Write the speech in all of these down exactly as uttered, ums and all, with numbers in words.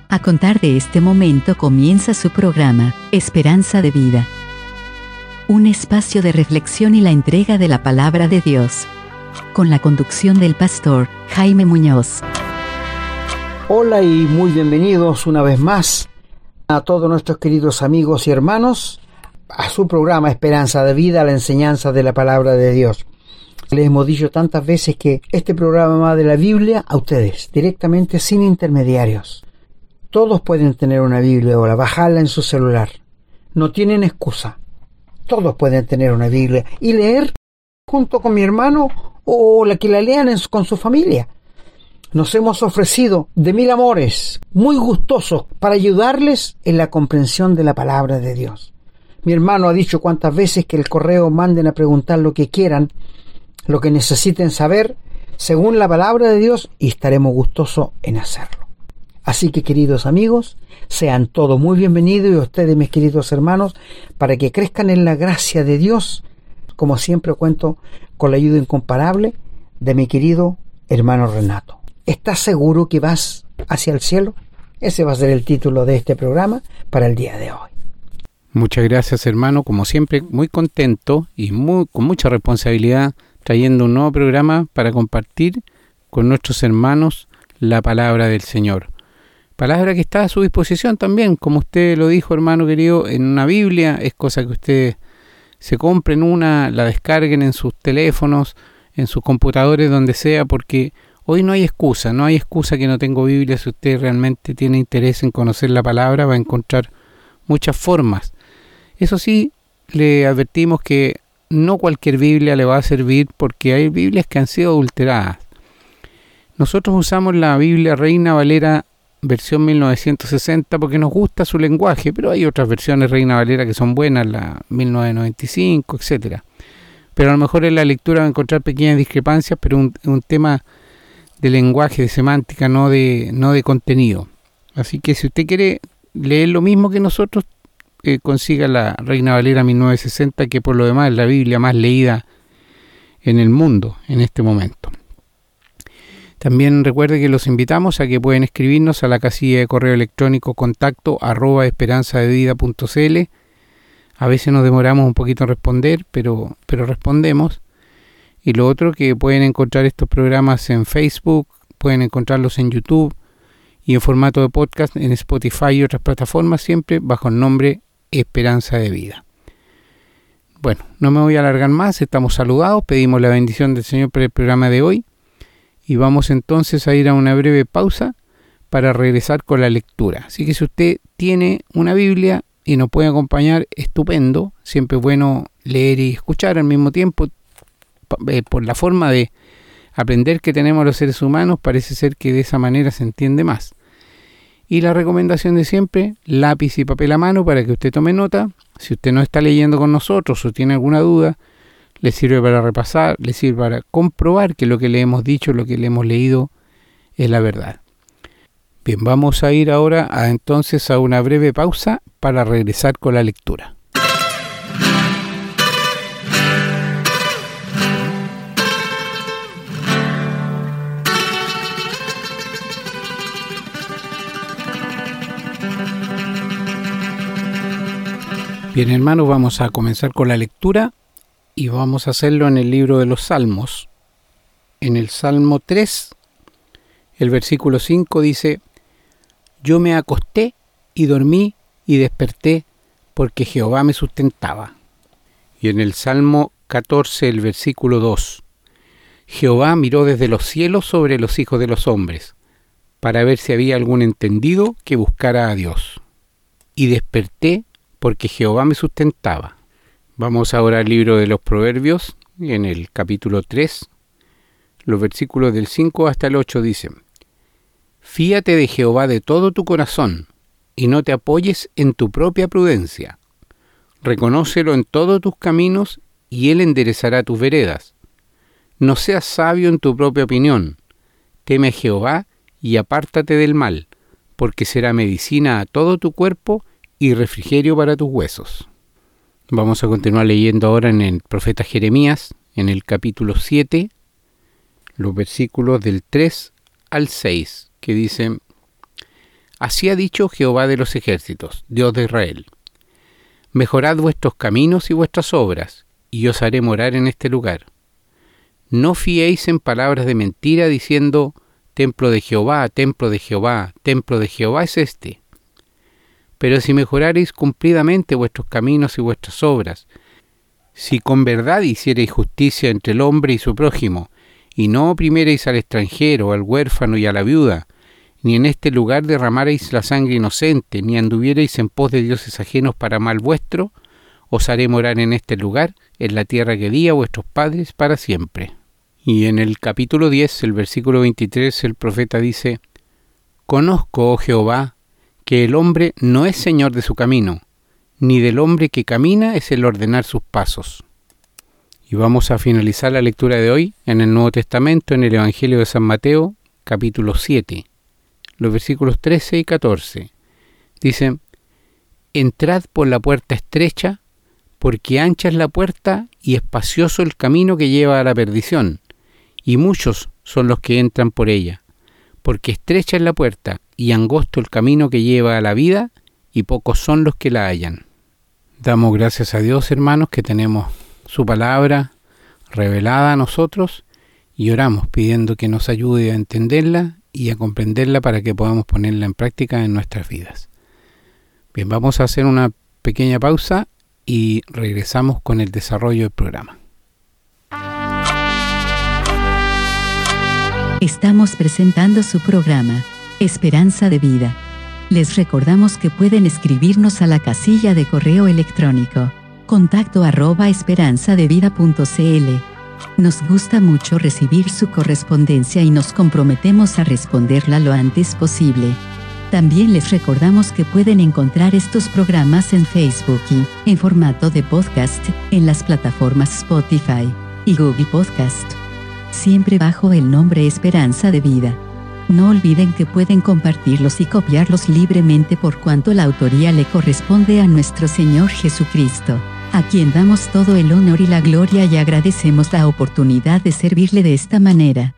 A contar de este momento comienza su programa, Esperanza de Vida. Un espacio de reflexión y la entrega de la palabra de Dios. Con la conducción del pastor Jaime Muñoz. Hola y muy bienvenidos una vez más a todos nuestros queridos amigos y hermanos a su programa Esperanza de Vida, la enseñanza de la palabra de Dios. Les hemos dicho tantas veces que este programa va de la Biblia a ustedes, directamente sin intermediarios. Todos pueden tener una Biblia ahora, bajarla en su celular. No tienen excusa. Todos pueden tener una Biblia y leer junto con mi hermano o la que la lean en su, con su familia. Nos hemos ofrecido de mil amores, muy gustosos, para ayudarles en la comprensión de la palabra de Dios. Mi hermano ha dicho cuántas veces que el correo manden a preguntar lo que quieran, lo que necesiten saber, según la palabra de Dios, y estaremos gustosos en hacerlo. Así que, queridos amigos, sean todos muy bienvenidos, y ustedes, mis queridos hermanos, para que crezcan en la gracia de Dios, como siempre cuento con la ayuda incomparable de mi querido hermano Renato. ¿Estás seguro que vas hacia el cielo? Ese va a ser el título de este programa para el día de hoy. Muchas gracias, hermano. Como siempre, muy contento y muy, con mucha responsabilidad, trayendo un nuevo programa para compartir con nuestros hermanos la palabra del Señor. Palabra que está a su disposición también, como usted lo dijo, hermano querido, en una Biblia. Es cosa que ustedes se compren una, la descarguen en sus teléfonos, en sus computadores, donde sea, porque hoy no hay excusa, no hay excusa que no tengo Biblia. Si usted realmente tiene interés en conocer la palabra, va a encontrar muchas formas. Eso sí, le advertimos que no cualquier Biblia le va a servir, porque hay Biblias que han sido adulteradas. Nosotros usamos la Biblia Reina Valera versión mil novecientos sesenta porque nos gusta su lenguaje, pero hay otras versiones Reina Valera que son buenas, la mil novecientos noventa y cinco, etcétera. Pero a lo mejor en la lectura va a encontrar pequeñas discrepancias, pero un, un tema de lenguaje, de semántica, no de, no de contenido. Así que si usted quiere leer lo mismo que nosotros, eh, consiga la Reina Valera mil novecientos sesenta, que por lo demás es la Biblia más leída en el mundo en este momento. También recuerde que los invitamos a que pueden escribirnos a la casilla de correo electrónico contacto arroba esperanzadevida punto cl. A veces nos demoramos un poquito en responder, pero, pero respondemos. Y lo otro, que pueden encontrar estos programas en Facebook, pueden encontrarlos en YouTube y en formato de podcast en Spotify y otras plataformas, siempre bajo el nombre Esperanza de Vida. Bueno, no me voy a alargar más, estamos saludados, pedimos la bendición del Señor para el programa de hoy. Y vamos entonces a ir a una breve pausa para regresar con la lectura. Así que si usted tiene una Biblia y nos puede acompañar, estupendo. Siempre es bueno leer y escuchar al mismo tiempo. Por la forma de aprender que tenemos los seres humanos, parece ser que de esa manera se entiende más. Y la recomendación de siempre, lápiz y papel a mano para que usted tome nota. Si usted no está leyendo con nosotros o tiene alguna duda, le sirve para repasar, le sirve para comprobar que lo que le hemos dicho, lo que le hemos leído, es la verdad. Bien, vamos a ir ahora a, entonces a una breve pausa para regresar con la lectura. Bien, hermanos, vamos a comenzar con la lectura. Y vamos a hacerlo en el libro de los Salmos. En el Salmo tres, el versículo cinco dice: Yo me acosté y dormí y desperté, porque Jehová me sustentaba. Y en el Salmo catorce, el versículo dos: Jehová miró desde los cielos sobre los hijos de los hombres, para ver si había algún entendido que buscara a Dios. Y desperté, porque Jehová me sustentaba. Vamos ahora al libro de los Proverbios, en el capítulo tres, los versículos del cinco hasta el ocho dicen: Fíate de Jehová de todo tu corazón, y no te apoyes en tu propia prudencia. Reconócelo en todos tus caminos, y él enderezará tus veredas. No seas sabio en tu propia opinión. Teme a Jehová, y apártate del mal, porque será medicina a todo tu cuerpo, y refrigerio para tus huesos. Vamos a continuar leyendo ahora en el profeta Jeremías, en el capítulo siete, los versículos del tres al seis, que dicen: Así ha dicho Jehová de los ejércitos, Dios de Israel. Mejorad vuestros caminos y vuestras obras, y os haré morar en este lugar. No fiéis en palabras de mentira diciendo, templo de Jehová, templo de Jehová, templo de Jehová es este. Pero si mejorareis cumplidamente vuestros caminos y vuestras obras, si con verdad hiciereis justicia entre el hombre y su prójimo, y no oprimiereis al extranjero, al huérfano y a la viuda, ni en este lugar derramareis la sangre inocente, ni anduviereis en pos de dioses ajenos para mal vuestro, os haré morar en este lugar, en la tierra que di a vuestros padres para siempre. Y en el capítulo diez, el versículo veintitrés, el profeta dice, Conozco, oh Jehová, que el hombre no es señor de su camino, ni del hombre que camina es el ordenar sus pasos. Y vamos a finalizar la lectura de hoy en el Nuevo Testamento, en el Evangelio de San Mateo, capítulo siete, los versículos trece y catorce. Dicen, Entrad por la puerta estrecha, porque ancha es la puerta y espacioso el camino que lleva a la perdición, y muchos son los que entran por ella, porque estrecha es la puerta y angosto el camino que lleva a la vida, y pocos son los que la hallan. Damos gracias a Dios, hermanos, que tenemos su palabra revelada a nosotros, y oramos pidiendo que nos ayude a entenderla y a comprenderla para que podamos ponerla en práctica en nuestras vidas. Bien, vamos a hacer una pequeña pausa y regresamos con el desarrollo del programa. Estamos presentando su programa, Esperanza de Vida. Les recordamos que pueden escribirnos a la casilla de correo electrónico, contacto arroba esperanzadevida punto cl. Nos gusta mucho recibir su correspondencia y nos comprometemos a responderla lo antes posible. También les recordamos que pueden encontrar estos programas en Facebook y, en formato de podcast, en las plataformas Spotify y Google Podcast, siempre bajo el nombre Esperanza de Vida. No olviden que pueden compartirlos y copiarlos libremente por cuanto la autoría le corresponde a nuestro Señor Jesucristo, a quien damos todo el honor y la gloria y agradecemos la oportunidad de servirle de esta manera.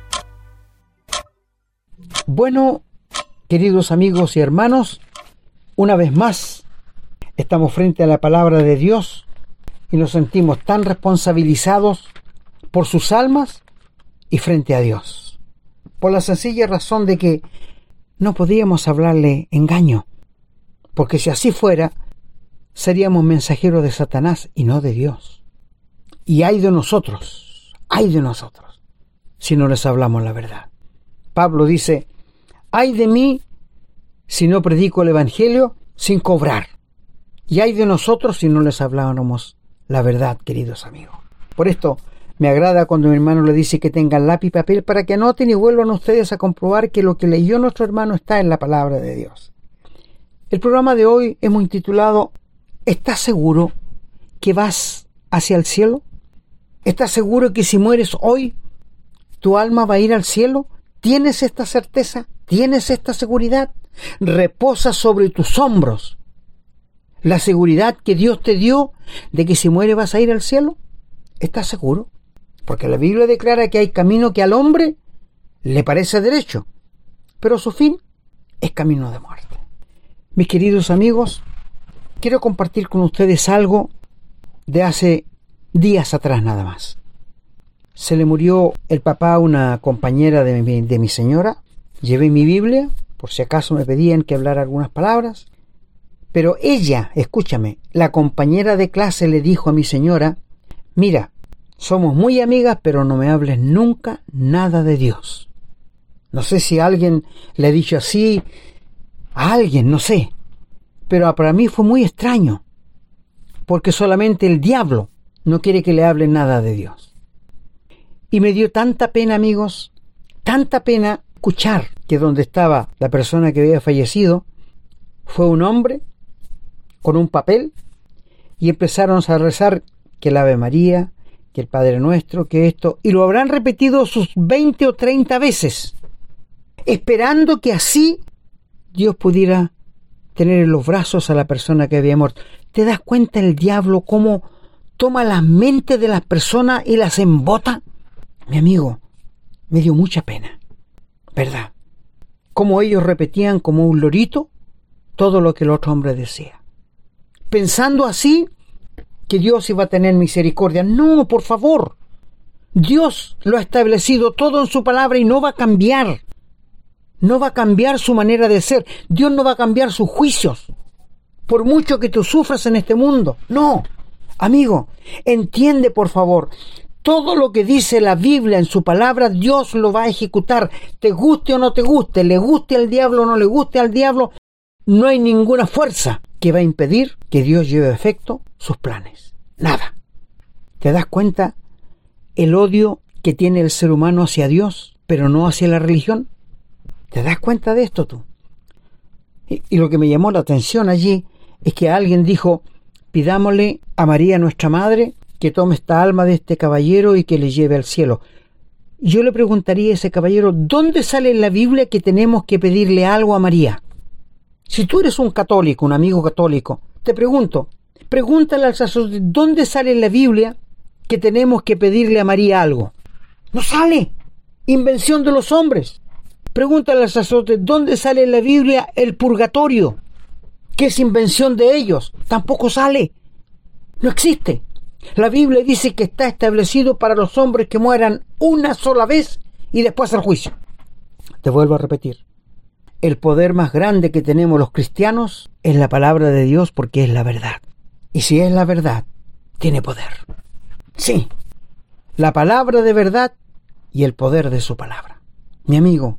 Bueno, queridos amigos y hermanos, una vez más estamos frente a la palabra de Dios y nos sentimos tan responsabilizados por sus almas y frente a Dios, por la sencilla razón de que no podíamos hablarle engaño, porque si así fuera, seríamos mensajeros de Satanás y no de Dios. Y ay de nosotros, ay de nosotros, si no les hablamos la verdad. Pablo dice, ay de mí si no predico el Evangelio sin cobrar. Y ay de nosotros si no les habláramos la verdad, queridos amigos. Por esto, me agrada cuando mi hermano le dice que tengan lápiz y papel para que anoten y vuelvan ustedes a comprobar que lo que leyó nuestro hermano está en la palabra de Dios. El programa de hoy hemos intitulado ¿Estás seguro que vas hacia el cielo? ¿Estás seguro que si mueres hoy, tu alma va a ir al cielo? ¿Tienes esta certeza? ¿Tienes esta seguridad? Reposa sobre tus hombros la seguridad que Dios te dio de que si mueres vas a ir al cielo. ¿Estás seguro? Porque la Biblia declara que hay camino que al hombre le parece derecho, pero su fin es camino de muerte. Mis queridos amigos, quiero compartir con ustedes algo de hace días atrás nada más. Se le murió el papá a una compañera de mi, de mi señora. Llevé mi Biblia, por si acaso me pedían que hablara algunas palabras. Pero ella, escúchame, la compañera de clase le dijo a mi señora, mira, somos muy amigas, pero no me hables nunca nada de Dios. No sé si alguien le ha dicho así a alguien, no sé. Pero para mí fue muy extraño, porque solamente el diablo no quiere que le hable nada de Dios. Y me dio tanta pena, amigos, tanta pena escuchar que donde estaba la persona que había fallecido fue un hombre con un papel y empezaron a rezar que el Ave María, que el Padre Nuestro, que esto, y lo habrán repetido sus veinte o treinta veces, esperando que así Dios pudiera tener en los brazos a la persona que había muerto. ¿Te das cuenta el diablo cómo toma las mentes de las personas y las embota? Mi amigo, me dio mucha pena, ¿verdad? como ellos repetían como un lorito todo lo que el otro hombre decía, pensando así que Dios iba a tener misericordia. No, por favor. Dios lo ha establecido todo en su palabra y no va a cambiar. No va a cambiar su manera de ser. Dios no va a cambiar sus juicios, por mucho que tú sufras en este mundo. No, amigo, entiende por favor. Todo lo que dice la Biblia en su palabra, Dios lo va a ejecutar. Te guste o no te guste, le guste al diablo o no le guste al diablo, no hay ninguna fuerza que va a impedir que Dios lleve a efecto sus planes. Nada. ¿Te das cuenta el odio que tiene el ser humano hacia Dios, pero no hacia la religión? ¿Te das cuenta de esto tú? Y, y lo que me llamó la atención allí es que alguien dijo: pidámosle a María, nuestra madre, que tome esta alma de este caballero y que le lleve al cielo. Yo le preguntaría a ese caballero: ¿dónde sale en la Biblia que tenemos que pedirle algo a María? Si tú eres un católico, un amigo católico, te pregunto, pregúntale al sacerdote: ¿dónde sale en la Biblia que tenemos que pedirle a María algo? No sale. Invención de los hombres. Pregúntale al sacerdote: ¿dónde sale en la Biblia el purgatorio? Que es invención de ellos. Tampoco sale. No existe. La Biblia dice que está establecido para los hombres que mueran una sola vez y después el juicio. Te vuelvo a repetir. El poder más grande que tenemos los cristianos es la palabra de Dios, porque es la verdad. Y si es la verdad, tiene poder. Sí, la palabra de verdad y el poder de su palabra. Mi amigo,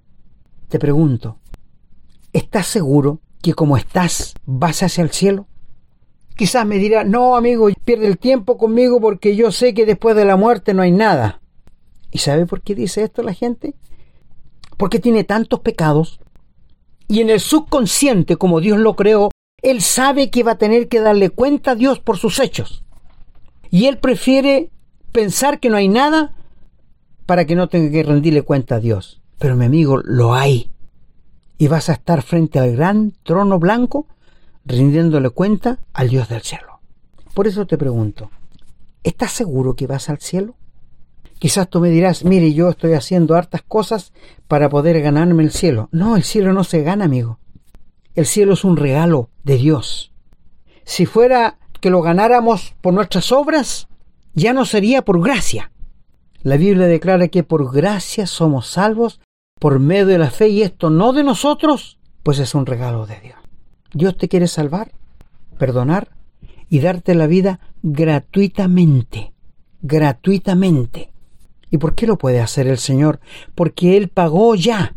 te pregunto, ¿estás seguro que como estás vas hacia el cielo? Quizás me dirá: no, amigo, pierde el tiempo conmigo porque yo sé que después de la muerte no hay nada. ¿Y sabe por qué dice esto la gente? Porque tiene tantos pecados y en el subconsciente, como Dios lo creó, él sabe que va a tener que darle cuenta a Dios por sus hechos. Y él prefiere pensar que no hay nada para que no tenga que rendirle cuenta a Dios. Pero mi amigo, lo hay. Y vas a estar frente al gran trono blanco rindiéndole cuenta al Dios del cielo. Por eso te pregunto, ¿estás seguro que vas al cielo? Quizás tú me dirás: mire, yo estoy haciendo hartas cosas para poder ganarme el cielo. No, el cielo no se gana, amigo. El cielo es un regalo de Dios. Si fuera que lo ganáramos por nuestras obras, ya no sería por gracia. La Biblia declara que por gracia somos salvos por medio de la fe, y esto no de nosotros, pues es un regalo de Dios. Dios te quiere salvar, perdonar y darte la vida gratuitamente. Gratuitamente. ¿Y por qué lo puede hacer el Señor? Porque Él pagó ya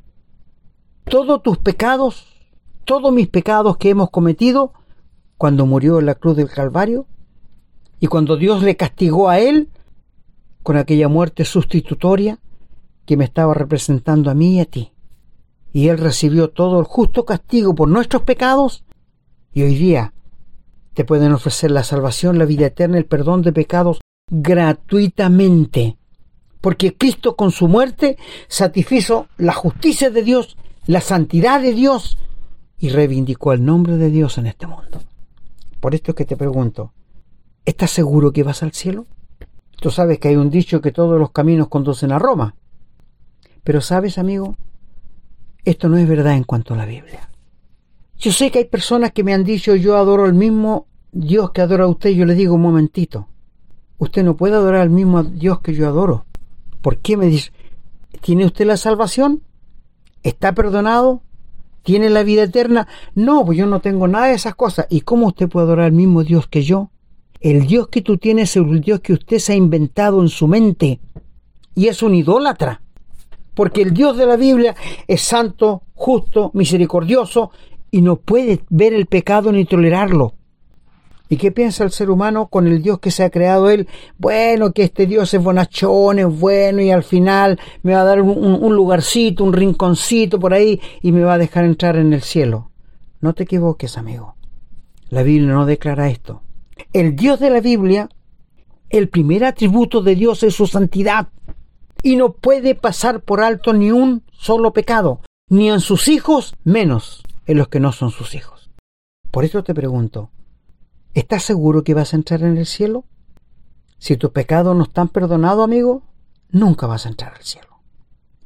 todos tus pecados, todos mis pecados que hemos cometido cuando murió en la cruz del Calvario, y cuando Dios le castigó a Él con aquella muerte sustitutoria que me estaba representando a mí y a ti. Y Él recibió todo el justo castigo por nuestros pecados, y hoy día te pueden ofrecer la salvación, la vida eterna, el perdón de pecados gratuitamente. Porque Cristo con su muerte satisfizo la justicia de Dios, la santidad de Dios, y reivindicó el nombre de Dios en este mundo. Por esto es que te pregunto, ¿estás seguro que vas al cielo? Tú sabes que hay un dicho que todos los caminos conducen a Roma. Pero sabes, amigo, esto no es verdad en cuanto a la Biblia. Yo sé que hay personas que me han dicho: yo adoro al mismo Dios que adora a usted. Yo le digo: un momentito, usted no puede adorar al mismo Dios que yo adoro. ¿Por qué? Me dice: ¿tiene usted la salvación? ¿Está perdonado? ¿Tiene la vida eterna? No, pues yo no tengo nada de esas cosas. ¿Y cómo usted puede adorar al mismo Dios que yo? El Dios que tú tienes es el Dios que usted se ha inventado en su mente, y es un idólatra. Porque el Dios de la Biblia es santo, justo, misericordioso, y no puede ver el pecado ni tolerarlo. ¿Y qué piensa el ser humano con el Dios que se ha creado él? Bueno, que este Dios es bonachón, es bueno, y al final me va a dar un, un lugarcito, un rinconcito por ahí, y me va a dejar entrar en el cielo. No te equivoques, amigo. La Biblia no declara esto. El Dios de la Biblia, el primer atributo de Dios es su santidad, y no puede pasar por alto ni un solo pecado, ni en sus hijos, menos en los que no son sus hijos. Por eso te pregunto, ¿estás seguro que vas a entrar en el cielo? Si tus pecados no están perdonados, amigo, nunca vas a entrar al cielo.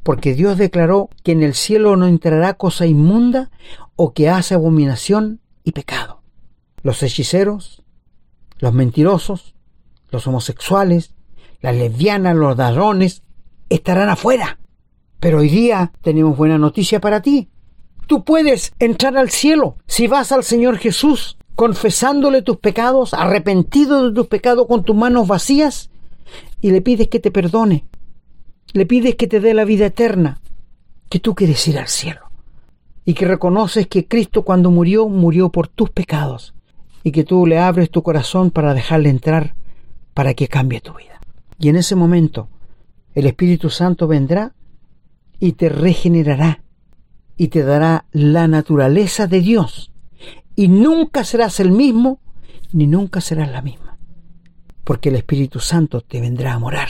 porque Dios declaró que en el cielo no entrará cosa inmunda o que hace abominación y pecado. Los hechiceros, los mentirosos, los homosexuales, las lesbianas, los ladrones, estarán afuera. Pero hoy día tenemos buena noticia para ti. Tú puedes entrar al cielo si vas al Señor Jesús confesándole tus pecados, arrepentido de tus pecados con tus manos vacías, y le pides que te perdone, le pides que te dé la vida eterna, que tú quieres ir al cielo, y que reconoces que Cristo cuando murió, murió por tus pecados, y que tú le abres tu corazón para dejarle entrar, para que cambie tu vida. Y en ese momento, el Espíritu Santo vendrá y te regenerará, y te dará la naturaleza de Dios, y nunca serás el mismo, ni nunca serás la misma, porque el Espíritu Santo te vendrá a morar,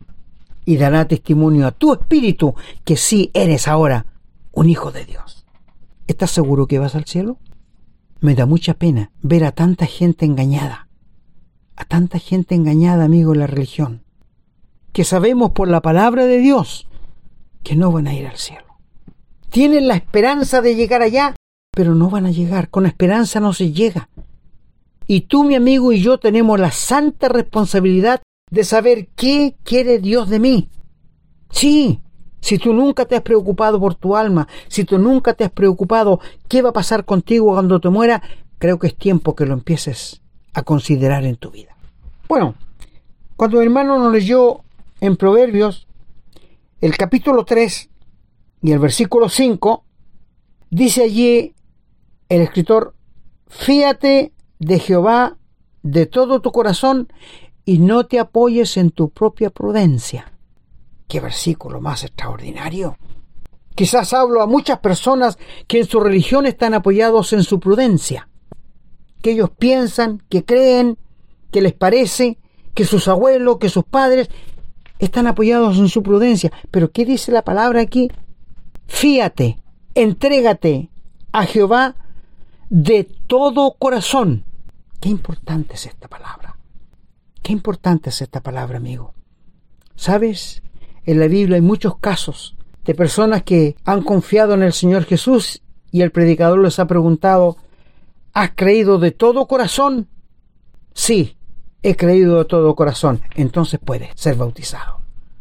y dará testimonio a tu espíritu que sí eres ahora un hijo de Dios. ¿Estás seguro que vas al cielo? Me da mucha pena ver a tanta gente engañada, a tanta gente engañada, amigo, en la religión, que sabemos por la palabra de Dios que no van a ir al cielo. Tienen la esperanza de llegar allá, pero no van a llegar. Con esperanza no se llega. Y tú, mi amigo, y yo tenemos la santa responsabilidad de saber qué quiere Dios de mí. Sí, si tú nunca te has preocupado por tu alma, si tú nunca te has preocupado qué va a pasar contigo cuando te mueras, creo que es tiempo que lo empieces a considerar en tu vida. Bueno, cuando mi hermano nos leyó en Proverbios, el capítulo tres y el versículo cinco, dice allí el escritor: fíate de Jehová de todo tu corazón y no te apoyes en tu propia prudencia. ¡Qué versículo más extraordinario! Quizás hablo a muchas personas que en su religión están apoyados en su prudencia, que ellos piensan, que creen, que les parece, que sus abuelos, que sus padres están apoyados en su prudencia. Pero ¿qué dice la palabra aquí? Fíate, entrégate a Jehová de todo corazón. Qué importante es esta palabra. Qué importante es esta palabra, amigo. ¿Sabes? En la Biblia hay muchos casos de personas que han confiado en el Señor Jesús y el predicador les ha preguntado: ¿has creído de todo corazón? Sí, he creído de todo corazón. Entonces puedes ser bautizado.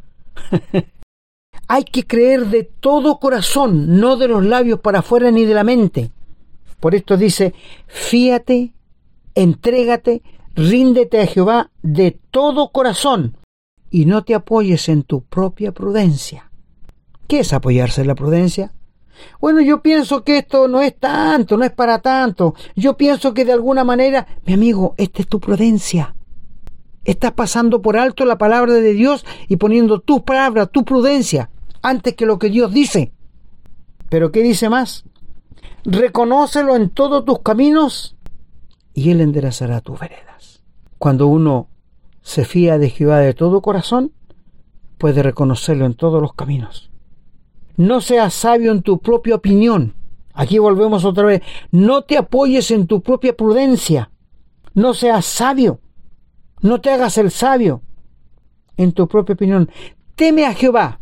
Hay que creer de todo corazón, no de los labios para afuera ni de la mente. Por esto dice: fíate, entrégate, ríndete a Jehová de todo corazón y no te apoyes en tu propia prudencia. ¿Qué es apoyarse en la prudencia? Bueno, yo pienso que esto no es tanto, no es para tanto. Yo pienso que de alguna manera, mi amigo, esta es tu prudencia. Estás pasando por alto la palabra de Dios y poniendo tus palabras, tu prudencia, antes que lo que Dios dice. ¿Pero qué dice más? Reconócelo en todos tus caminos y Él enderezará tus veredas. Cuando uno se fía de Jehová de todo corazón, puede reconocerlo en todos los caminos. No seas sabio en tu propia opinión. Aquí volvemos otra vez. No te apoyes en tu propia prudencia. No seas sabio. No te hagas el sabio en tu propia opinión. Teme a Jehová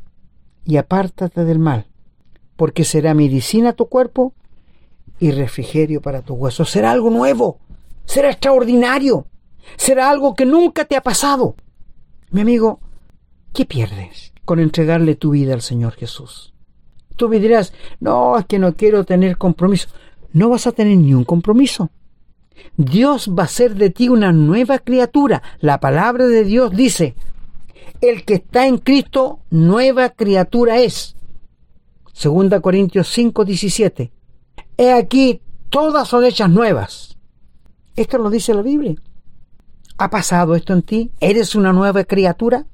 y apártate del mal, porque será medicina a tu cuerpo y refrigerio para tus huesos. Será algo nuevo, será extraordinario, será algo que nunca te ha pasado. Mi amigo, ¿qué pierdes con entregarle tu vida al Señor Jesús? Tú me dirás: no, es que no quiero tener compromiso. No vas a tener ni un compromiso. Dios va a hacer de ti una nueva criatura. La palabra de Dios dice: el que está en Cristo, nueva criatura es. Segunda Corintios cinco, diecisiete. He aquí, todas son hechas nuevas. Esto lo dice la Biblia. ¿Ha pasado esto en ti? ¿Eres una nueva criatura?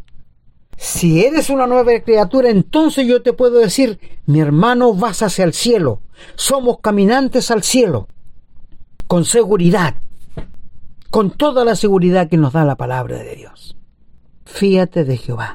Si eres una nueva criatura, entonces yo te puedo decir: mi hermano, vas hacia el cielo. Somos caminantes al cielo. Con seguridad. Con toda la seguridad que nos da la palabra de Dios. Fíate de Jehová.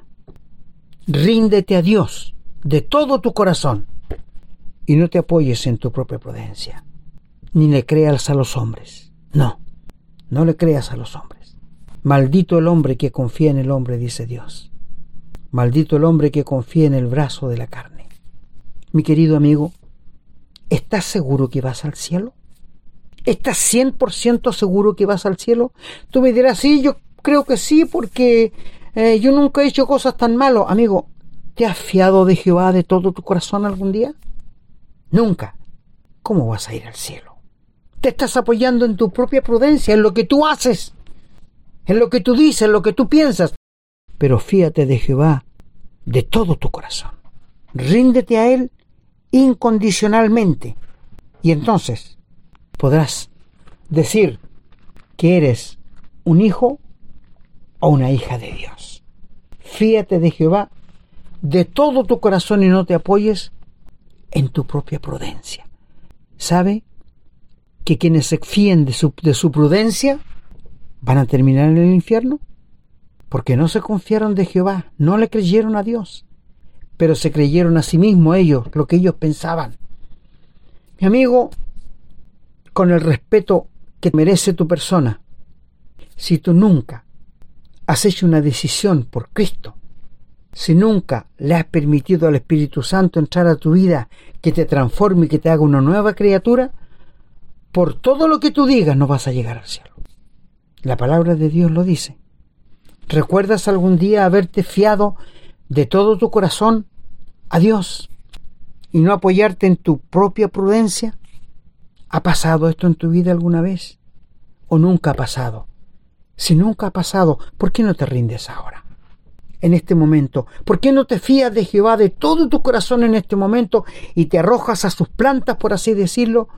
Ríndete a Dios de todo tu corazón. Y no te apoyes en tu propia prudencia. Ni le creas a los hombres. No, no le creas a los hombres. Maldito el hombre que confía en el hombre, dice Dios. Maldito el hombre que confía en el brazo de la carne. Mi querido amigo, ¿estás seguro que vas al cielo? ¿Estás cien por ciento seguro que vas al cielo? Tú me dirás, sí, yo creo que sí, porque eh, yo nunca he hecho cosas tan malas. Amigo, ¿te has fiado de Jehová de todo tu corazón algún día? Nunca. ¿Cómo vas a ir al cielo? Te estás apoyando en tu propia prudencia, en lo que tú haces, en lo que tú dices, en lo que tú piensas. Pero fíate de Jehová de todo tu corazón. Ríndete a Él incondicionalmente. Y entonces podrás decir que eres un hijo o una hija de Dios. Fíate de Jehová de todo tu corazón y no te apoyes en tu propia prudencia. ¿Sabe que quienes se fíen de su, de su prudencia van a terminar en el infierno? Porque no se confiaron de Jehová, no le creyeron a Dios, pero se creyeron a sí mismos ellos, lo que ellos pensaban. Mi amigo, con el respeto que merece tu persona, si tú nunca has hecho una decisión por Cristo, si nunca le has permitido al Espíritu Santo entrar a tu vida, que te transforme y que te haga una nueva criatura, por todo lo que tú digas no vas a llegar al cielo. La palabra de Dios lo dice. ¿Recuerdas algún día haberte fiado de todo tu corazón a Dios y no apoyarte en tu propia prudencia? ¿Ha pasado esto en tu vida alguna vez? ¿O nunca ha pasado? Si nunca ha pasado, ¿por qué no te rindes ahora? En este momento, ¿por qué no te fías de Jehová de todo tu corazón en este momento y te arrojas a sus plantas, por así decirlo,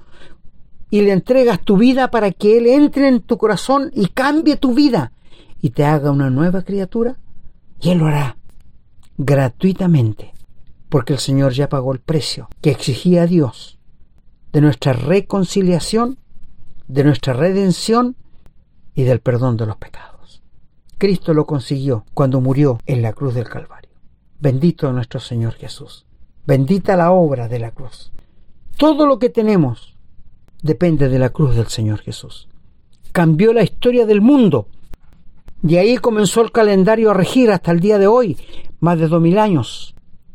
y le entregas tu vida para que Él entre en tu corazón y cambie tu vida y te haga una nueva criatura? Y Él lo hará gratuitamente, porque el Señor ya pagó el precio que exigía a Dios de nuestra reconciliación, de nuestra redención y del perdón de los pecados. Cristo lo consiguió cuando murió en la cruz del Calvario. Bendito nuestro Señor Jesús. Bendita la obra de la cruz. Todo lo que tenemos depende de la cruz del Señor Jesús. Cambió la historia del mundo. Y ahí comenzó el calendario a regir hasta el día de hoy, más de dos mil años.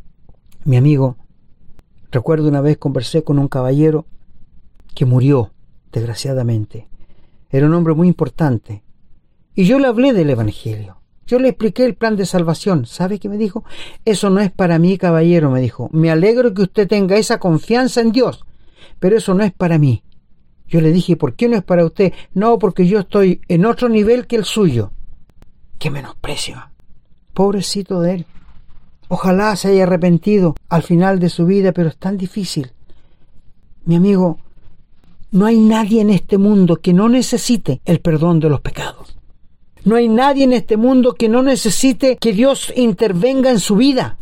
Mi amigo, recuerdo una vez conversé con un caballero que murió, desgraciadamente. Era un hombre muy importante. Y yo le hablé del Evangelio. Yo le expliqué el plan de salvación. ¿Sabe qué me dijo? Eso no es para mí, caballero, me dijo. Me alegro que usted tenga esa confianza en Dios, pero eso no es para mí. Yo le dije, ¿por qué no es para usted? No, porque yo estoy en otro nivel que el suyo. ¡Qué menosprecio! Pobrecito de él. Ojalá se haya arrepentido al final de su vida, pero es tan difícil. Mi amigo, no hay nadie en este mundo que no necesite el perdón de los pecados. No hay nadie en este mundo que no necesite que Dios intervenga en su vida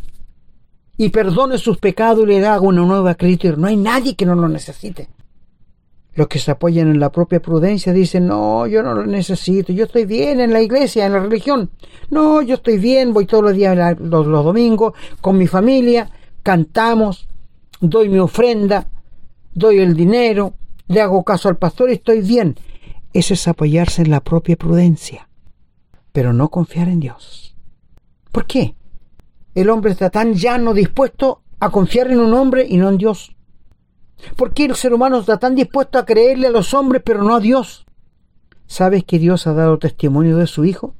y perdone sus pecados y le haga una nueva criatura. No hay nadie que no lo necesite. Los que se apoyan en la propia prudencia dicen, no, yo no lo necesito, yo estoy bien en la iglesia, en la religión. No, yo estoy bien, voy todos los días, los, los domingos, con mi familia, cantamos, doy mi ofrenda, doy el dinero, le hago caso al pastor y estoy bien. Eso es apoyarse en la propia prudencia, pero no confiar en Dios. ¿Por qué? El hombre está tan llano, dispuesto a confiar en un hombre y no en Dios. ¿Por qué el ser humano está tan dispuesto a creerle a los hombres pero no a Dios? ¿Sabes que Dios ha dado testimonio de su Hijo?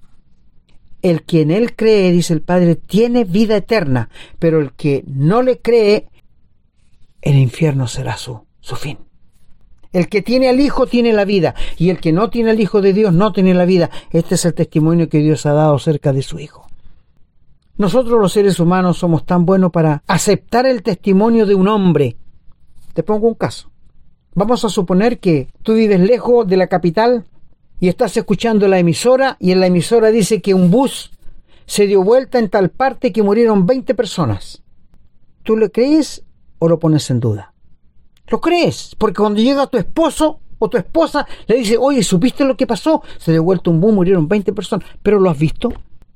El que en Él cree, dice el Padre, tiene vida eterna, pero el que no le cree, el infierno será su, su fin. El que tiene al Hijo tiene la vida, y el que no tiene al Hijo de Dios no tiene la vida. Este es el testimonio que Dios ha dado acerca de su Hijo. Nosotros los seres humanos somos tan buenos para aceptar el testimonio de un hombre. Te pongo un caso. Vamos a suponer que tú vives lejos de la capital y estás escuchando la emisora y en la emisora dice que un bus se dio vuelta en tal parte que murieron veinte personas. ¿Tú le crees o lo pones en duda? Lo crees, porque cuando llega tu esposo o tu esposa le dice, oye, ¿supiste lo que pasó? Se dio vuelta un bus, murieron veinte personas. ¿Pero lo has visto?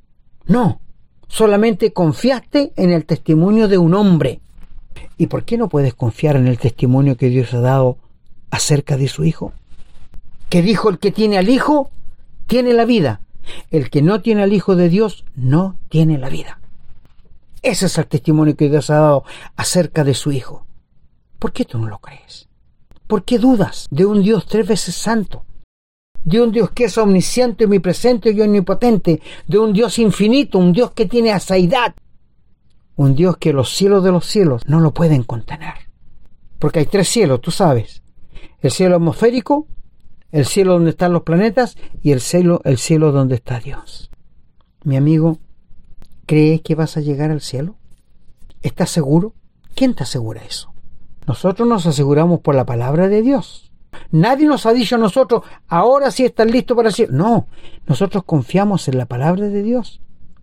No, solamente confiaste en el testimonio de un hombre. ¿Y por qué no puedes confiar en el testimonio que Dios ha dado acerca de su Hijo? Que dijo, el que tiene al Hijo, tiene la vida. El que no tiene al Hijo de Dios, no tiene la vida. Ese es el testimonio que Dios ha dado acerca de su Hijo. ¿Por qué tú no lo crees? ¿Por qué dudas de un Dios tres veces santo? De un Dios que es omnisciente, omnipresente y omnipotente. De un Dios infinito, un Dios que tiene aseidad. Un Dios que los cielos de los cielos no lo pueden contener. Porque hay tres cielos, tú sabes. El cielo atmosférico, el cielo donde están los planetas y el cielo, el cielo donde está Dios. Mi amigo, ¿crees que vas a llegar al cielo? ¿Estás seguro? ¿Quién te asegura eso? Nosotros nos aseguramos por la palabra de Dios. Nadie nos ha dicho a nosotros, ahora sí estás listo para el cielo. No, nosotros confiamos en la palabra de Dios.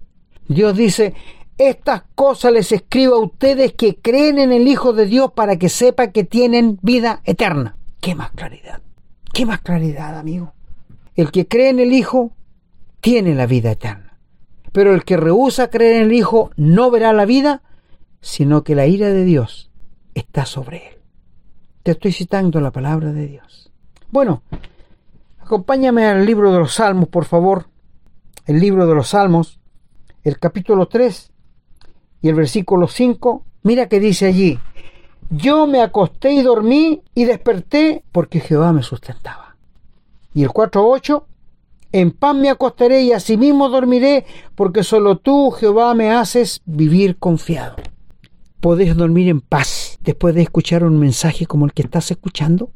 Dios dice, estas cosas les escribo a ustedes que creen en el Hijo de Dios para que sepan que tienen vida eterna. ¿Qué más claridad? ¿Qué más claridad, amigo? El que cree en el Hijo tiene la vida eterna. Pero el que rehúsa creer en el Hijo no verá la vida, sino que la ira de Dios está sobre él. Te estoy citando la palabra de Dios. Bueno, acompáñame al libro de los Salmos, por favor. El libro de los Salmos, el capítulo tres y el versículo cinco. Mira que dice allí: yo me acosté y dormí y desperté porque Jehová me sustentaba. Y el cuatro ocho. En paz me acostaré y asimismo dormiré, porque solo tú, Jehová, me haces vivir confiado. ¿Puedes dormir en paz después de escuchar un mensaje como el que estás escuchando?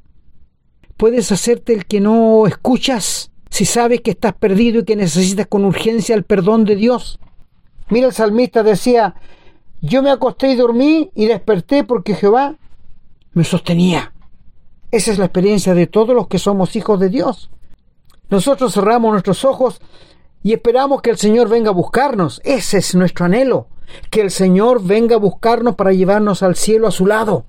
¿Puedes hacerte el que no escuchas si sabes que estás perdido y que necesitas con urgencia el perdón de Dios? Mira, el salmista decía, yo me acosté y dormí y desperté porque Jehová me sostenía. Esa es la experiencia de todos los que somos hijos de Dios. Nosotros cerramos nuestros ojos y esperamos que el Señor venga a buscarnos. Ese es nuestro anhelo, que el Señor venga a buscarnos para llevarnos al cielo a su lado.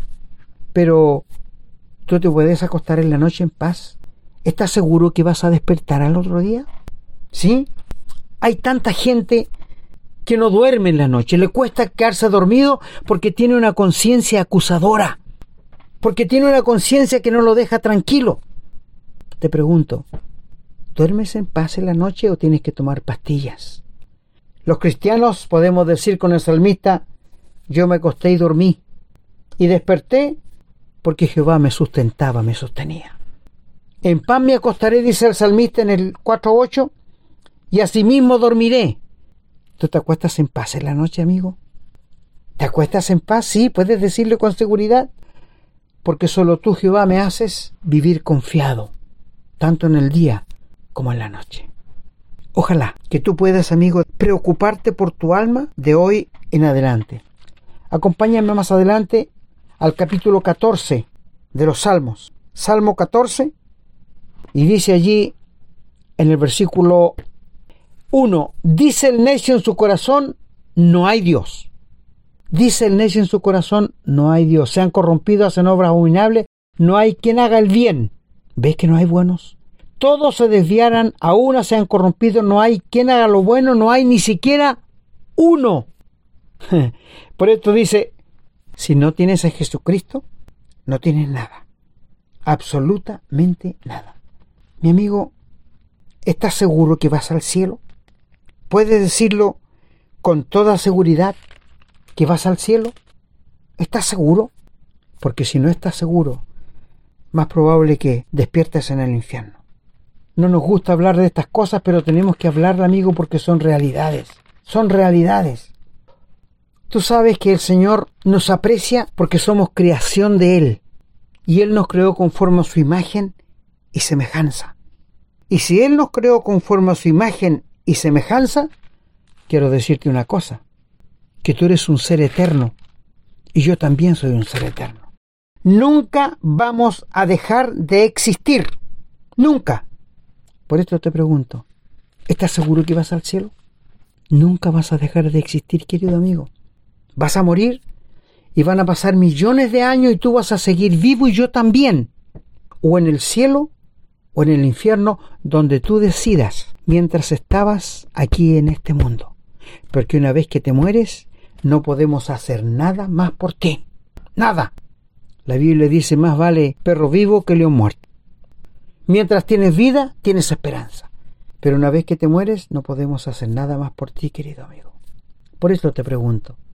Pero ¿tú te puedes acostar en la noche en paz? ¿Estás seguro que vas a despertar al otro día? ¿Sí? Hay tanta gente que no duerme en la noche, le cuesta quedarse dormido porque tiene una conciencia acusadora, porque tiene una conciencia que no lo deja tranquilo. Te pregunto, ¿duermes en paz en la noche o tienes que tomar pastillas? Los cristianos podemos decir con el salmista, yo me acosté y dormí, y desperté porque Jehová me sustentaba, me sostenía. En paz me acostaré, dice el salmista en el cuatro ocho, y asimismo dormiré. ¿Tú te acuestas en paz en la noche, amigo? ¿Te acuestas en paz? Sí, puedes decirlo con seguridad, porque solo tú, Jehová, me haces vivir confiado, tanto en el día como en la noche. Ojalá que tú puedas, amigo, preocuparte por tu alma de hoy en adelante. Acompáñame más adelante al capítulo catorce de los Salmos. Salmo catorce, y dice allí en el versículo uno, dice el necio en su corazón, no hay Dios. Dice el necio en su corazón, no hay Dios. Se han corrompido, hacen obras abominables, no hay quien haga el bien. ¿Ves que no hay buenos? Todos se desviaran, a una se han corrompido, no hay quien haga lo bueno, no hay ni siquiera uno. Por esto dice, si no tienes a Jesucristo, no tienes nada. Absolutamente nada. Mi amigo, ¿estás seguro que vas al cielo? ¿Puedes decirlo con toda seguridad que vas al cielo? ¿Estás seguro? Porque si no estás seguro, más probable que despiertes en el infierno. No nos gusta hablar de estas cosas, pero tenemos que hablar, amigo, porque son realidades. Son realidades. Tú sabes que el Señor nos aprecia porque somos creación de Él. Y Él nos creó conforme a su imagen y semejanza. Y si Él nos creó conforme a su imagen y semejanza, quiero decirte una cosa, que tú eres un ser eterno y yo también soy un ser eterno. Nunca vamos a dejar de existir. Nunca. Por esto te pregunto, ¿estás seguro que vas al cielo? Nunca vas a dejar de existir, querido amigo. Vas a morir y van a pasar millones de años y tú vas a seguir vivo y yo también. O en el cielo o en el infierno, donde tú decidas, mientras estabas aquí en este mundo. Porque una vez que te mueres, no podemos hacer nada más por ti. Nada. La Biblia dice, más vale perro vivo que león muerto. Mientras tienes vida, tienes esperanza. Pero una vez que te mueres, no podemos hacer nada más por ti, querido amigo. Por eso te pregunto,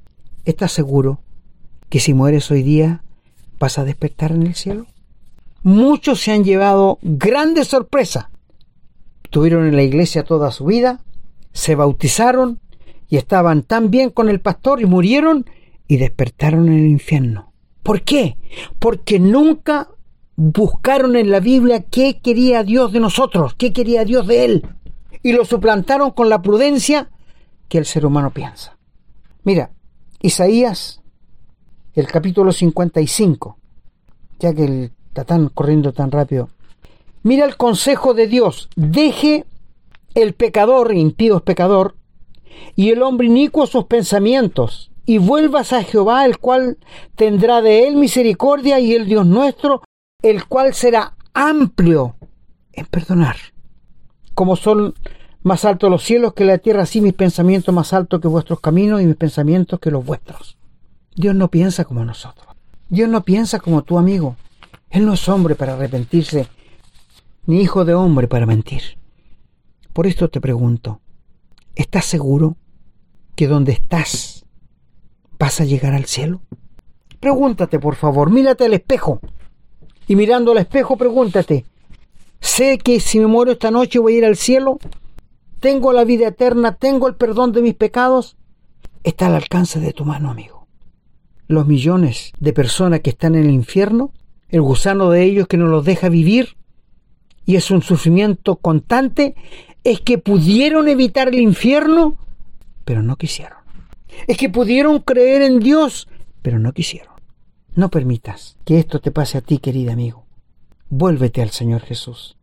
¿Estás seguro que si mueres hoy día vas a despertar en el cielo? Muchos se han llevado grandes sorpresas. Estuvieron en la iglesia toda su vida, se bautizaron y estaban tan bien con el pastor y murieron y despertaron en el infierno. ¿Por qué? Porque nunca buscaron en la Biblia qué quería Dios de nosotros, qué quería Dios de él, y lo suplantaron con la prudencia que el ser humano piensa. Mira, Isaías, el capítulo cincuenta y cinco, ya que el, está tan corriendo tan rápido. Mira el consejo de Dios: deje el pecador, impío es pecador, y el hombre inicuo sus pensamientos, y vuelvas a Jehová, el cual tendrá de él misericordia, y el Dios nuestro, el cual será amplio en perdonar. Como son más altos los cielos que la tierra, así mis pensamientos más altos que vuestros caminos y mis pensamientos que los vuestros. Dios no piensa como nosotros. Dios no piensa como tu amigo. Él no es hombre para arrepentirse, ni hijo de hombre para mentir. Por esto te pregunto, ¿estás seguro que donde estás vas a llegar al cielo? Pregúntate, por favor, mírate al espejo. Y mirando al espejo, pregúntate, ¿sé que si me muero esta noche voy a ir al cielo? ¿Tengo la vida eterna? ¿Tengo el perdón de mis pecados? Está al alcance de tu mano, amigo. Los millones de personas que están en el infierno, el gusano de ellos que no los deja vivir, y es un sufrimiento constante, es que pudieron evitar el infierno, pero no quisieron. Es que pudieron creer en Dios, pero no quisieron. No permitas que esto te pase a ti, querido amigo. Vuélvete al Señor Jesús.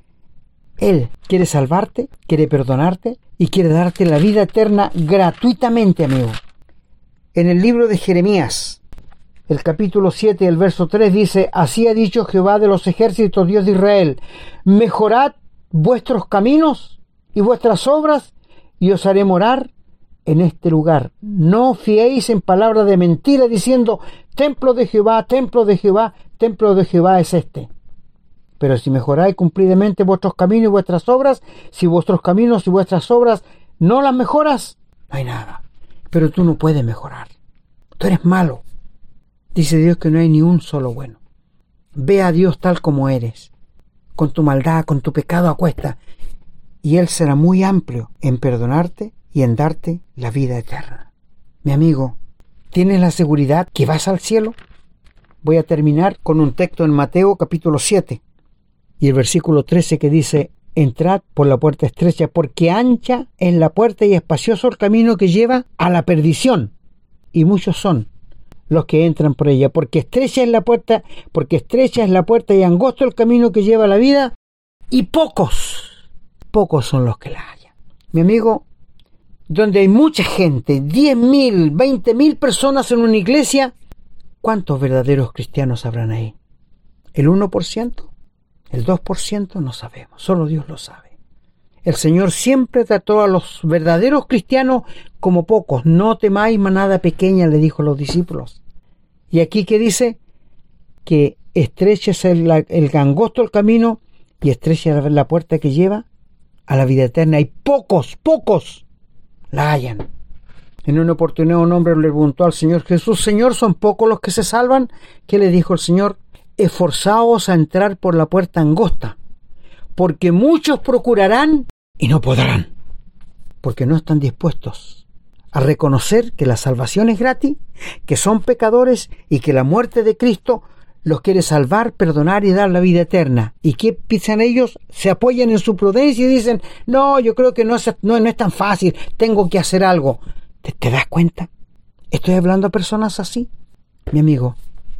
Él quiere salvarte, quiere perdonarte y quiere darte la vida eterna gratuitamente, amigo. En el libro de Jeremías, el capítulo siete, el verso tres dice: así ha dicho Jehová de los ejércitos, Dios de Israel: mejorad vuestros caminos y vuestras obras, y os haré morar en este lugar. No fiéis en palabras de mentira, diciendo: templo de Jehová, templo de Jehová, templo de Jehová es este. Pero si mejoráis cumplidamente vuestros caminos y vuestras obras, si vuestros caminos y vuestras obras no las mejoras, no hay nada. Pero tú no puedes mejorar. Tú eres malo. Dice Dios que no hay ni un solo bueno. Ve a Dios tal como eres, con tu maldad, con tu pecado a cuesta, y Él será muy amplio en perdonarte y en darte la vida eterna. Mi amigo, ¿tienes la seguridad que vas al cielo? Voy a terminar con un texto en Mateo capítulo siete y el versículo trece que dice: entrad por la puerta estrecha, porque ancha es la puerta y espacioso el camino que lleva a la perdición, y muchos son los que entran por ella, porque estrecha es la puerta, porque estrecha es la puerta y angosto el camino que lleva a la vida, y pocos, pocos son los que la hallan. Mi amigo, donde hay mucha gente, diez mil, veinte mil personas en una iglesia, ¿cuántos verdaderos cristianos habrán ahí? ¿El uno por ciento? ¿El dos por ciento? No sabemos, solo Dios lo sabe. El Señor siempre trató a los verdaderos cristianos como pocos. No temáis manada pequeña, le dijo a los discípulos. Y aquí que dice que estrecha es el, el angosto el camino y estrecha la, la puerta que lleva a la vida eterna. Y pocos, pocos la hallan. En una oportunidad un hombre le preguntó al Señor Jesús: Señor, ¿son pocos los que se salvan? ¿Qué le dijo el Señor? Esforzaos a entrar por la puerta angosta, porque muchos procurarán y no podrán, porque no están dispuestos a reconocer que la salvación es gratis, que son pecadores y que la muerte de Cristo los quiere salvar, perdonar y dar la vida eterna. ¿Y qué piensan ellos? Se apoyan en su prudencia y dicen: no, yo creo que no es, no, no es tan fácil, tengo que hacer algo. ¿Te, ¿Te das cuenta? Estoy hablando a personas así. Mi amigo,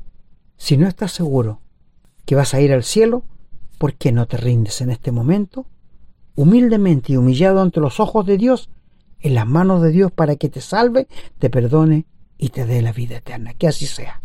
si no estás seguro que vas a ir al cielo, ¿por qué no te rindes en este momento? Humildemente y humillado ante los ojos de Dios, en las manos de Dios, para que te salve, te perdone y te dé la vida eterna. Que así sea.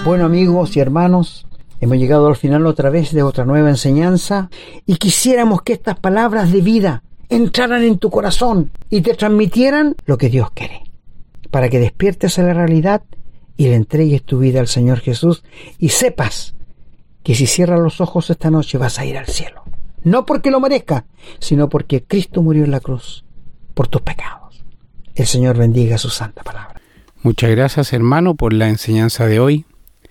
Bueno, amigos y hermanos, hemos llegado al final otra vez de otra nueva enseñanza y quisiéramos que estas palabras de vida entraran en tu corazón y te transmitieran lo que Dios quiere, para que despiertes a la realidad y le entregues tu vida al Señor Jesús y sepas que si cierras los ojos esta noche vas a ir al cielo. No porque lo merezca, sino porque Cristo murió en la cruz por tus pecados. El Señor bendiga su santa palabra. Muchas gracias, hermano, por la enseñanza de hoy.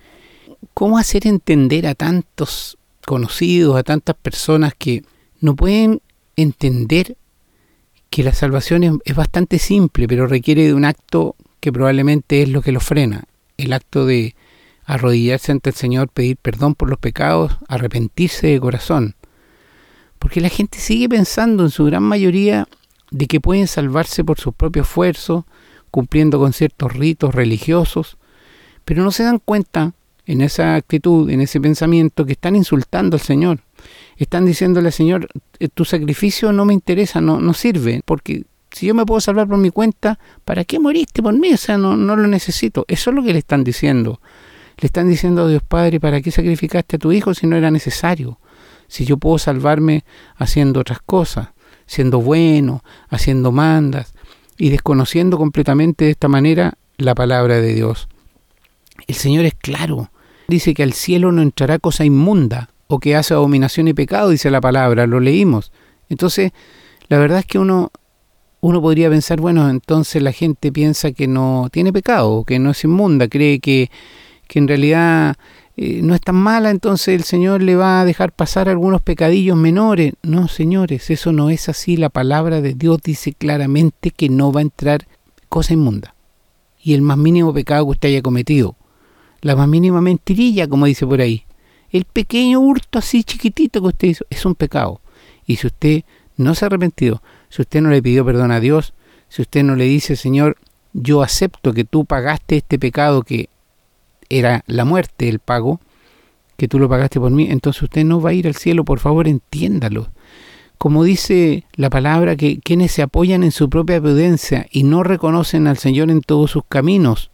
¿Cómo hacer entender a tantos conocidos, a tantas personas que no pueden entender que la salvación es, es bastante simple, pero requiere de un acto que probablemente es lo que lo frena? El acto de arrodillarse ante el Señor, pedir perdón por los pecados, arrepentirse de corazón. Porque la gente sigue pensando en su gran mayoría de que pueden salvarse por su propio esfuerzo, cumpliendo con ciertos ritos religiosos, pero no se dan cuenta en esa actitud, en ese pensamiento, que están insultando al Señor. Están diciéndole al Señor, tu sacrificio no me interesa, no, no sirve, porque si yo me puedo salvar por mi cuenta, ¿para qué moriste por mí? O sea, no, no lo necesito. Eso es lo que le están diciendo. Le están diciendo a Dios Padre, ¿para qué sacrificaste a tu hijo si no era necesario? Si yo puedo salvarme haciendo otras cosas, siendo bueno, haciendo mandas y desconociendo completamente de esta manera la palabra de Dios. El Señor es claro. Dice que al cielo no entrará cosa inmunda o que hace abominación y pecado, dice la palabra, lo leímos. Entonces, la verdad es que uno, uno podría pensar, bueno, entonces la gente piensa que no tiene pecado, que no es inmunda, cree que, que en realidad eh, no es tan mala, entonces el Señor le va a dejar pasar algunos pecadillos menores. No, señores, eso no es así. La palabra de Dios dice claramente que no va a entrar cosa inmunda. Y el más mínimo pecado que usted haya cometido, la más mínima mentirilla, como dice por ahí, el pequeño hurto así chiquitito que usted hizo, es un pecado. Y si usted no se ha arrepentido, si usted no le pidió perdón a Dios, si usted no le dice, Señor, yo acepto que tú pagaste este pecado que era la muerte, el pago, que tú lo pagaste por mí, entonces usted no va a ir al cielo. Por favor, entiéndalo. Como dice la palabra, que quienes se apoyan en su propia prudencia y no reconocen al Señor en todos sus caminos,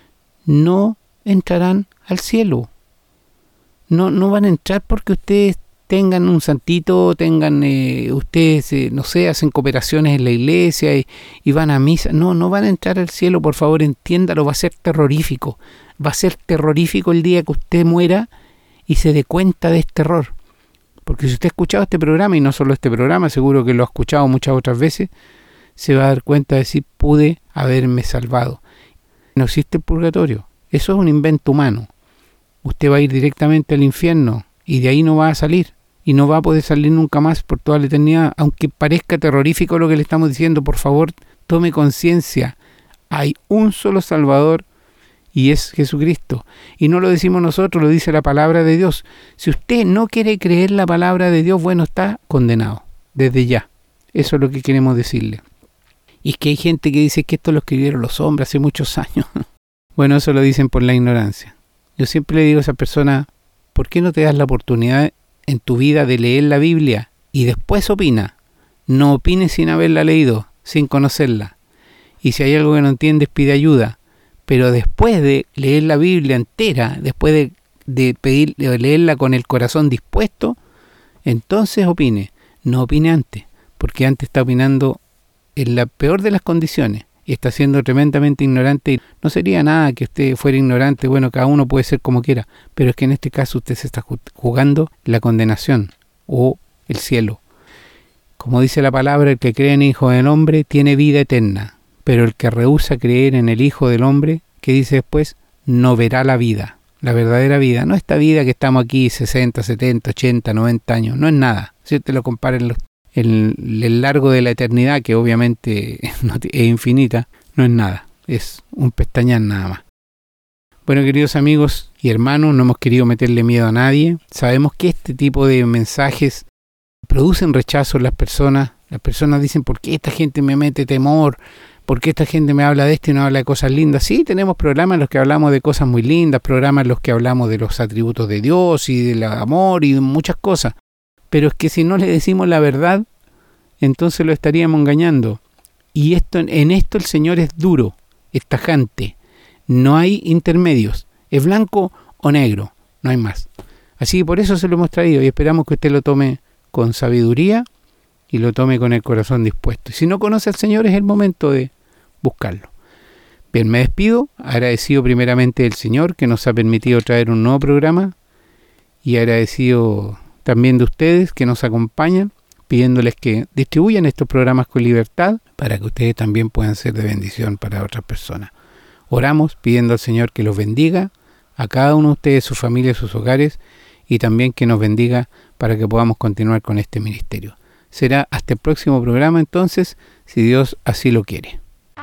no entrarán al cielo. No, no van a entrar porque ustedes tengan un santito, tengan, eh, ustedes, eh, no sé, hacen cooperaciones en la iglesia y, y van a misa. No, no van a entrar al cielo, por favor, entiéndalo, va a ser terrorífico. Va a ser terrorífico el día que usted muera y se dé cuenta de este error. Porque si usted ha escuchado este programa, y no solo este programa, seguro que lo ha escuchado muchas otras veces, se va a dar cuenta de si pude haberme salvado. No existe el purgatorio. Eso es un invento humano. Usted va a ir directamente al infierno y de ahí no va a salir. Y no va a poder salir nunca más por toda la eternidad. Aunque parezca terrorífico lo que le estamos diciendo, por favor, tome conciencia. Hay un solo Salvador y es Jesucristo. Y no lo decimos nosotros, lo dice la palabra de Dios. Si usted no quiere creer la palabra de Dios, bueno, está condenado. Desde ya. Eso es lo que queremos decirle. Y es que hay gente que dice que esto lo escribieron los hombres hace muchos años. Bueno, eso lo dicen por la ignorancia. Yo siempre le digo a esa persona, ¿por qué no te das la oportunidad en tu vida de leer la Biblia y después opina? No opines sin haberla leído, sin conocerla. Y si hay algo que no entiendes, pide ayuda. Pero después de leer la Biblia entera, después de, de, pedir, de leerla con el corazón dispuesto, entonces opine. No opine antes, porque antes está opinando en la peor de las condiciones. Y está siendo tremendamente ignorante. Y no sería nada que usted fuera ignorante. Bueno, cada uno puede ser como quiera. Pero es que en este caso usted se está jugando la condenación o el cielo. Como dice la palabra, el que cree en el Hijo del Hombre tiene vida eterna. Pero el que rehúsa creer en el Hijo del Hombre, que dice después, no verá la vida. La verdadera vida. No esta vida que estamos aquí sesenta, setenta, ochenta, noventa años. No es nada. Si usted lo compara en los El, el largo de la eternidad, que obviamente es infinita, no es nada, es un pestañear nada más. Bueno, queridos amigos y hermanos, no hemos querido meterle miedo a nadie. Sabemos que este tipo de mensajes producen rechazo en las personas. Las personas dicen, ¿por qué esta gente me mete temor? ¿Por qué esta gente me habla de esto y no habla de cosas lindas? Sí, tenemos programas en los que hablamos de cosas muy lindas, programas en los que hablamos de los atributos de Dios y del amor y de muchas cosas. Pero es que si no le decimos la verdad, entonces lo estaríamos engañando. Y esto, en esto el Señor es duro, es tajante. No hay intermedios. Es blanco o negro, no hay más. Así que por eso se lo hemos traído y esperamos que usted lo tome con sabiduría y lo tome con el corazón dispuesto. Y si no conoce al Señor, es el momento de buscarlo. Bien, me despido, agradecido primeramente del Señor que nos ha permitido traer un nuevo programa y agradecido también de ustedes que nos acompañan, pidiéndoles que distribuyan estos programas con libertad para que ustedes también puedan ser de bendición para otras personas. Oramos pidiendo al Señor que los bendiga a cada uno de ustedes, sus familias, sus hogares, y también que nos bendiga para que podamos continuar con este ministerio. Será hasta el próximo programa entonces, si Dios así lo quiere.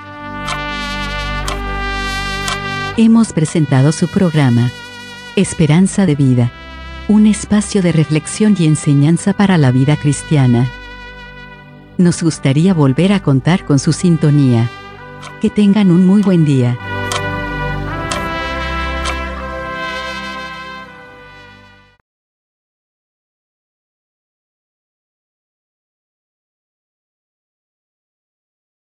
Hemos presentado su programa, Esperanza de Vida, un espacio de reflexión y enseñanza para la vida cristiana. Nos gustaría volver a contar con su sintonía. Que tengan un muy buen día.